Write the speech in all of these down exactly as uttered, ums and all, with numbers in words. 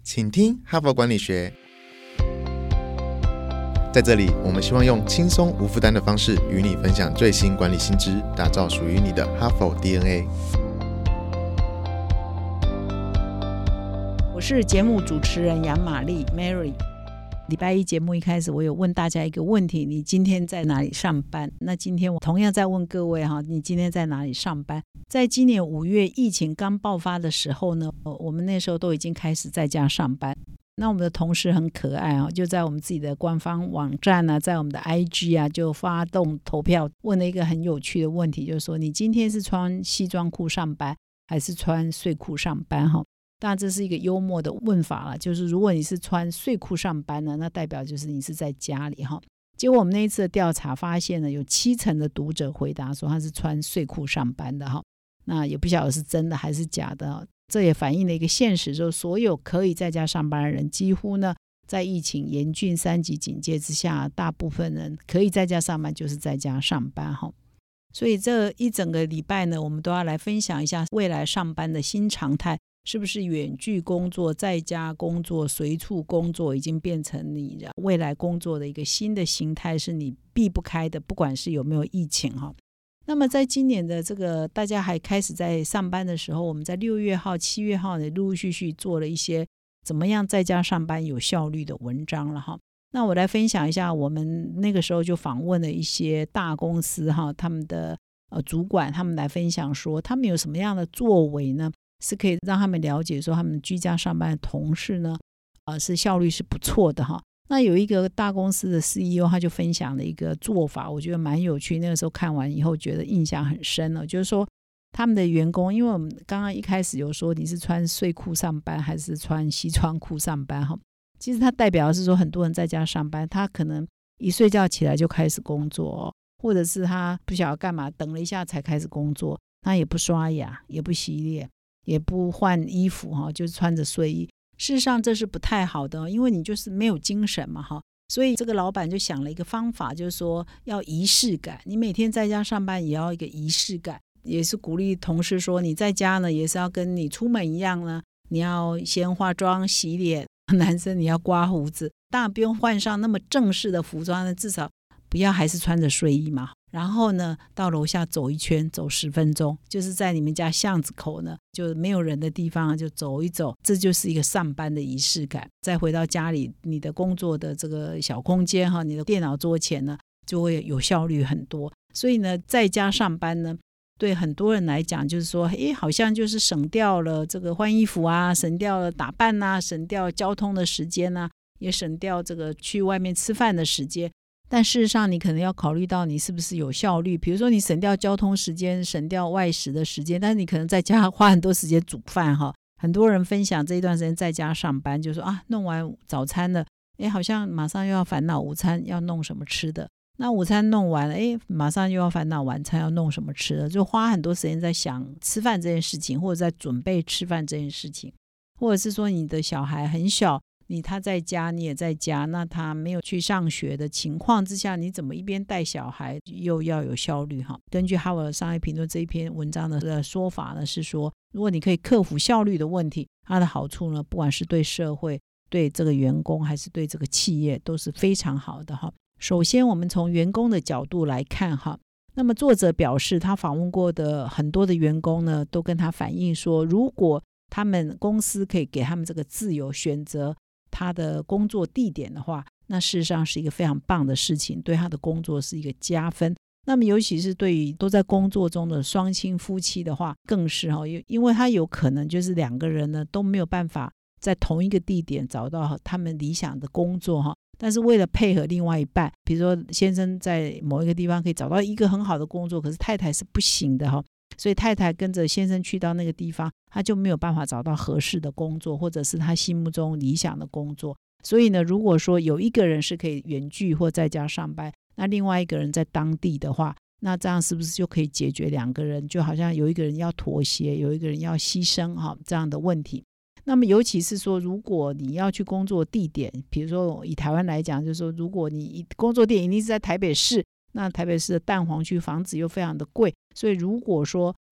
请听哈佛管理学。在这里，我们希望用轻松无负担的方式与你分享最新管理新知，打造属于你的哈佛 D N A。 我是节目主持人杨玛丽 Mary。礼拜一节目一开始，我有问大家一个问题：你今天在哪里上班？那今天我同样在问各位哈，你今天在哪里上班？在今年五月疫情刚爆发的时候呢，我们那时候都已经开始在家上班。那我们的同事很可爱啊，就在我们自己的官方网站啊，在我们的 I G 啊，就发动投票，问了一个很有趣的问题，就是说你今天是穿西装裤上班，还是穿睡裤上班哈？当然这是一个幽默的问法了，就是如果你是穿睡裤上班呢，那代表就是你是在家里哈。结果我们那一次的调查发现呢，有七成的读者回答说他是穿睡裤上班的哈。那也不晓得是真的还是假的，这也反映了一个现实，就是所有可以在家上班的人，几乎呢在疫情严峻三级警戒之下，大部分人可以在家上班就是在家上班哈。所以这一整个礼拜呢，我们都要来分享一下未来上班的新常态，是不是远距工作、在家工作、随处工作已经变成你未来工作的一个新的形态，是你避不开的，不管是有没有疫情哈。那么在今年的这个大家还开始在上班的时候，我们在六月号、七月号呢，陆陆续续做了一些怎么样在家上班有效率的文章了哈。那我来分享一下，我们那个时候就访问了一些大公司哈，他们的呃主管，他们来分享说他们有什么样的作为呢，是可以让他们了解说他们居家上班的同事呢，呃是效率是不错的哈。那有一个大公司的 C E O 他就分享了一个做法，我觉得蛮有趣，那个时候看完以后觉得印象很深了，就是说他们的员工，因为我们刚刚一开始有说你是穿睡裤上班还是穿西装裤上班哈，其实它代表的是说很多人在家上班，他可能一睡觉起来就开始工作，或者是他不晓得干嘛，等了一下才开始工作，他也不刷牙，也不洗脸，也不换衣服哈，就是穿着睡衣。事实上这是不太好的，因为你就是没有精神嘛哈。所以这个老板就想了一个方法，就是说要仪式感，你每天在家上班也要一个仪式感，也是鼓励同事说你在家呢也是要跟你出门一样呢，你要先化妆洗脸，男生你要刮胡子，当然不用换上那么正式的服装呢，至少不要还是穿着睡衣嘛。然后呢到楼下走一圈，走十分钟，就是在你们家巷子口呢就没有人的地方就走一走，这就是一个上班的仪式感。再回到家里，你的工作的这个小空间哈，你的电脑桌前呢就会有效率很多。所以呢在家上班呢对很多人来讲就是说诶，好像就是省掉了这个换衣服啊，省掉了打扮啊，省掉交通的时间啊，也省掉这个去外面吃饭的时间。但事实上你可能要考虑到你是不是有效率，比如说你省掉交通时间，省掉外食的时间，但是你可能在家花很多时间煮饭哈。很多人分享这一段时间在家上班，就说啊，弄完早餐了，诶，好像马上又要烦恼午餐要弄什么吃的，那午餐弄完了，诶，马上又要烦恼晚餐要弄什么吃的，就花很多时间在想吃饭这件事情，或者在准备吃饭这件事情。或者是说你的小孩很小，你他在家你也在家，那他没有去上学的情况之下，你怎么一边带小孩又要有效率哈？根据哈佛商业评论这一篇文章的说法呢，是说如果你可以克服效率的问题，它的好处呢，不管是对社会、对这个员工还是对这个企业都是非常好的哈。首先我们从员工的角度来看哈，那么作者表示他访问过的很多的员工呢，都跟他反映说，如果他们公司可以给他们这个自由选择他的工作地点的话，那事实上是一个非常棒的事情，对他的工作是一个加分。那么尤其是对于都在工作中的双亲夫妻的话更是，因为他有可能就是两个人呢都没有办法在同一个地点找到他们理想的工作，但是为了配合另外一半，比如说先生在某一个地方可以找到一个很好的工作，可是太太是不行的，所以太太跟着先生去到那个地方，他就没有办法找到合适的工作，或者是他心目中理想的工作。所以呢，如果说有一个人是可以远距或在家上班，那另外一个人在当地的话，那这样是不是就可以解决两个人就好像有一个人要妥协，有一个人要牺牲这样的问题。那么尤其是说如果你要去工作地点，比如说以台湾来讲，就是说如果你工作地点一定是在台北市，那台北市的蛋黄区房子又非常的贵，所以如果说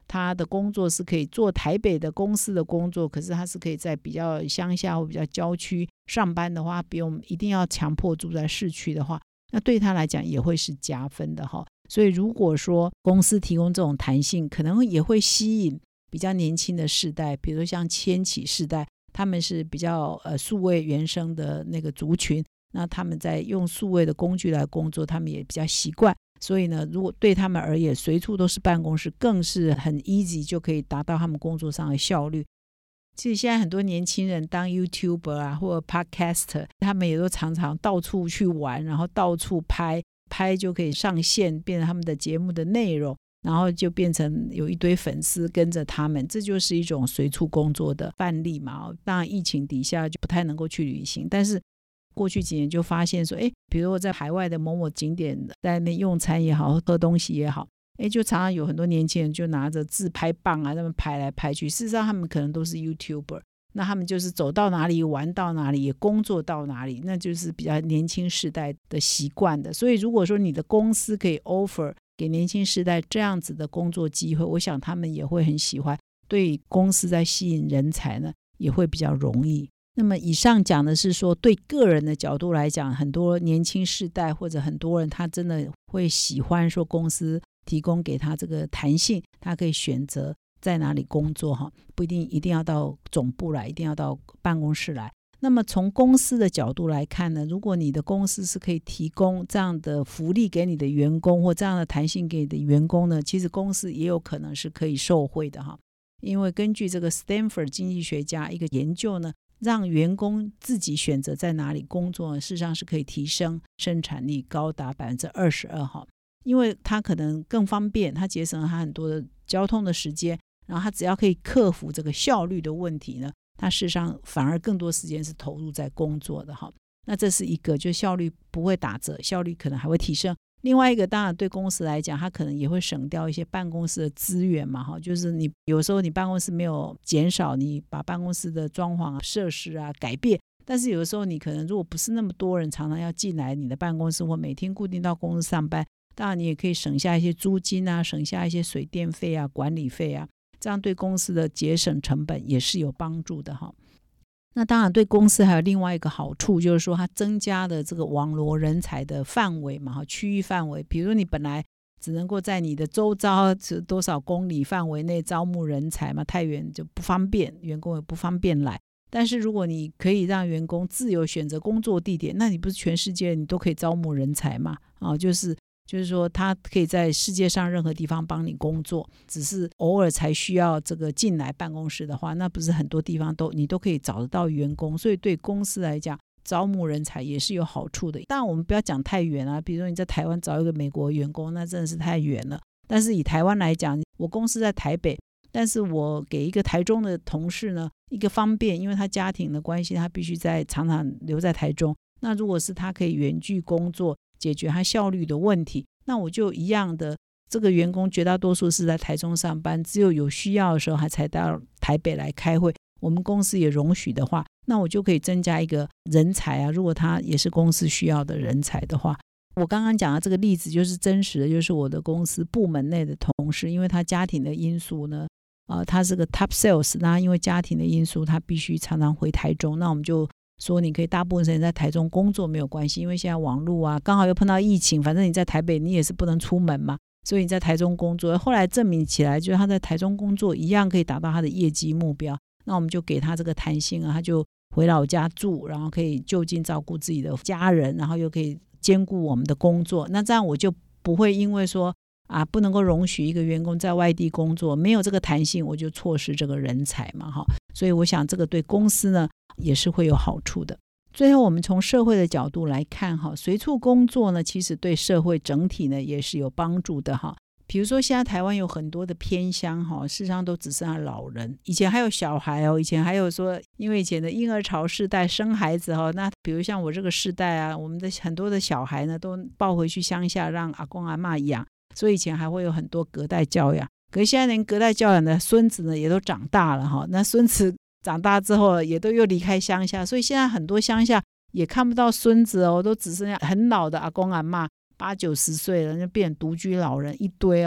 他的工作是可以做台北的公司的工作，可是他是可以在比较乡下或比较郊区上班的话，不用一定要强迫住在市区的话，那对他来讲也会是加分的哈。所以如果说公司提供这种弹性，可能也会吸引比较年轻的世代，比如说像千禧世代，他们是比较呃数位原生的那个族群，那他们在用数位的工具来工作，他们也比较习惯，所以呢，如果对他们而言随处都是办公室，更是很 easy 就可以达到他们工作上的效率。其实现在很多年轻人当 YouTuber 啊或者 Podcaster， 他们也都常常到处去玩，然后到处拍拍就可以上线，变成他们的节目的内容，然后就变成有一堆粉丝跟着他们，这就是一种随处工作的范例嘛。当然疫情底下就不太能够去旅行，但是过去几年就发现说，哎，比如我在海外的某某景点在那边用餐也好，喝东西也好，哎，就常常有很多年轻人就拿着自拍棒啊，那么拍来拍去。事实上他们可能都是 YouTuber， 那他们就是走到哪里玩到哪里，也工作到哪里，那就是比较年轻世代的习惯的。所以如果说你的公司可以 offer 给年轻世代这样子的工作机会，我想他们也会很喜欢，对公司在吸引人才呢也会比较容易。那么以上讲的是说，对个人的角度来讲，很多年轻世代或者很多人他真的会喜欢说公司提供给他这个弹性，他可以选择在哪里工作哈，不一定一定要到总部来，一定要到办公室来。那么从公司的角度来看呢，如果你的公司是可以提供这样的福利给你的员工，或这样的弹性给你的员工呢，其实公司也有可能是可以受惠的哈。因为根据这个 Stanford 经济学家一个研究呢，让员工自己选择在哪里工作，事实上是可以提升生产力高达 百分之二十二 哈。因为他可能更方便，他节省了他很多的交通的时间，然后他只要可以克服这个效率的问题呢，他事实上反而更多时间是投入在工作的哈。那这是一个，就效率不会打折，效率可能还会提升。另外一个当然对公司来讲，他可能也会省掉一些办公室的资源嘛哈，就是你有时候你办公室没有减少，你把办公室的装潢啊设施啊改变，但是有的时候你可能如果不是那么多人常常要进来你的办公室，或每天固定到公司上班，当然你也可以省下一些租金啊，省下一些水电费啊管理费啊，这样对公司的节省成本也是有帮助的哈。那当然对公司还有另外一个好处，就是说它增加的这个网罗人才的范围嘛，区域范围。比如你本来只能够在你的周遭多少公里范围内招募人才嘛，太远就不方便，员工也不方便来。但是如果你可以让员工自由选择工作地点，那你不是全世界你都可以招募人才嘛？啊，就是就是说他可以在世界上任何地方帮你工作，只是偶尔才需要这个进来办公室的话，那不是很多地方都你都可以找得到员工，所以对公司来讲招募人才也是有好处的。当然我们不要讲太远啊，比如说你在台湾找一个美国员工，那真的是太远了。但是以台湾来讲，我公司在台北，但是我给一个台中的同事呢一个方便，因为他家庭的关系，他必须在常常留在台中。那如果是他可以远距工作，解决他效率的问题，那我就一样的，这个员工绝大多数是在台中上班，只有有需要的时候他才到台北来开会，我们公司也容许的话，那我就可以增加一个人才啊，如果他也是公司需要的人才的话。我刚刚讲的这个例子就是真实的，就是我的公司部门内的同事，因为他家庭的因素呢呃，他是个 top sales， 那因为家庭的因素他必须常常回台中，那我们就说你可以大部分时间在台中工作没有关系，因为现在网络啊刚好又碰到疫情，反正你在台北你也是不能出门嘛，所以你在台中工作，后来证明起来就是他在台中工作一样可以达到他的业绩目标，那我们就给他这个弹性啊，他就回老家住，然后可以就近照顾自己的家人，然后又可以兼顾我们的工作，那这样我就不会因为说啊，不能够容许一个员工在外地工作，没有这个弹性，我就错失这个人才嘛哈。所以我想这个对公司呢也是会有好处的。最后我们从社会的角度来看哈，随处工作呢其实对社会整体呢也是有帮助的哈。比如说现在台湾有很多的偏乡哈，事实上都只剩下老人，以前还有小孩哦，以前还有说因为以前的婴儿潮世代生孩子哈，那比如像我这个世代啊，我们的很多的小孩呢都抱回去乡下让阿公阿嬷养，所以以前还会有很多隔代教养，可是现在连隔代教养的孙子呢也都长大了哈，那孙子长大之后也都又离开乡下，所以现在很多乡下也看不到孙子哦，都只剩下很老的阿公阿嬷，八九十岁了就变独居老人一堆哦。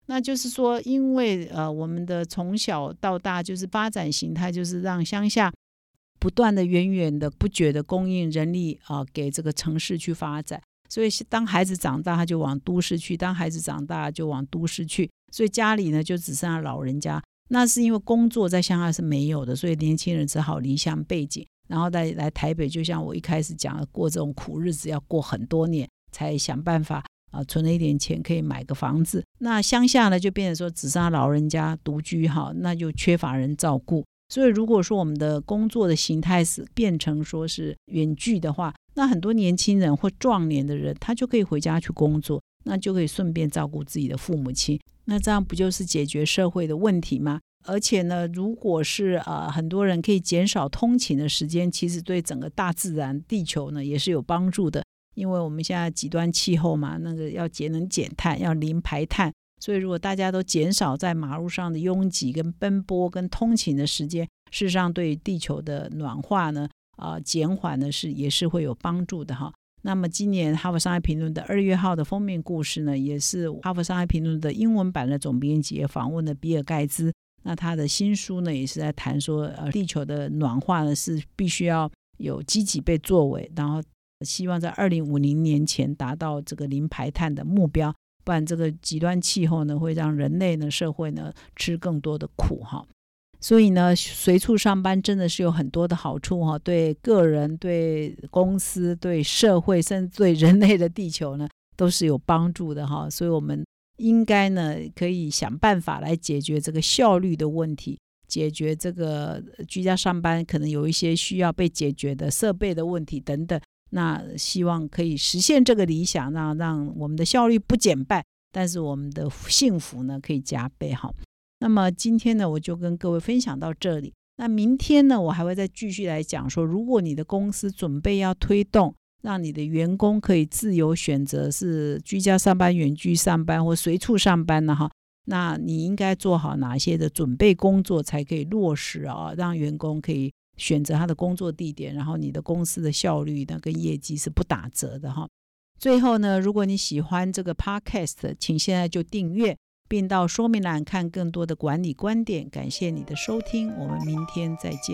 那就是说因为呃我们的从小到大就是发展形态就是让乡下不断的源源的不绝的供应人力啊、呃、给这个城市去发展，所以当孩子长大他就往都市去，当孩子长大就往都市去，所以家里呢就只剩下老人家。那是因为工作在乡下是没有的，所以年轻人只好离乡背井，然后再来台北，就像我一开始讲的，过这种苦日子要过很多年才想办法啊、呃、存了一点钱可以买个房子。那乡下呢就变成说只剩下老人家独居哈，那就缺乏人照顾。所以如果说我们的工作的形态是变成说是远距的话，那很多年轻人或壮年的人他就可以回家去工作，那就可以顺便照顾自己的父母亲，那这样不就是解决社会的问题吗？而且呢如果是呃很多人可以减少通勤的时间，其实对整个大自然地球呢也是有帮助的。因为我们现在极端气候嘛，那个要节能减碳，要零排碳，所以如果大家都减少在马路上的拥挤跟奔波跟通勤的时间，事实上对地球的暖化呢呃、减缓呢是也是会有帮助的哈。那么今年哈佛商业评论的二月号的封面故事呢，也是哈佛商业评论的英文版的总编辑访问了比尔盖茨，那他的新书呢也是在谈说呃，地球的暖化呢是必须要有积极被作为，然后希望在二零五零年前达到这个零排碳的目标，不然这个极端气候呢会让人类呢社会呢吃更多的苦哈。所以呢随处上班真的是有很多的好处哈，对个人对公司对社会甚至对人类的地球呢都是有帮助的哈。所以我们应该呢可以想办法来解决这个效率的问题，解决这个居家上班可能有一些需要被解决的设备的问题等等，那希望可以实现这个理想，让让我们的效率不减半，但是我们的幸福呢可以加倍哈。那么今天呢我就跟各位分享到这里，那明天呢我还会再继续来讲说，如果你的公司准备要推动让你的员工可以自由选择是居家上班远距上班或随处上班呢哈，那你应该做好哪些的准备工作才可以落实啊，让员工可以选择他的工作地点，然后你的公司的效率呢跟业绩是不打折的哈。最后呢如果你喜欢这个 podcast 请现在就订阅，并到说明栏看更多的管理观点。感谢你的收听，我们明天再见。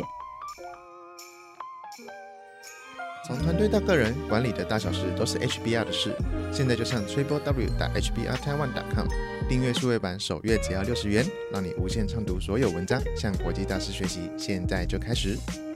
从团队到个人，管理的大小事都是 H B R 的事。现在就上 triple w 点 h b r taiwan 点 com 订阅数位版，首月只要六十元，让你无限畅读所有文章，向国际大师学习。现在就开始。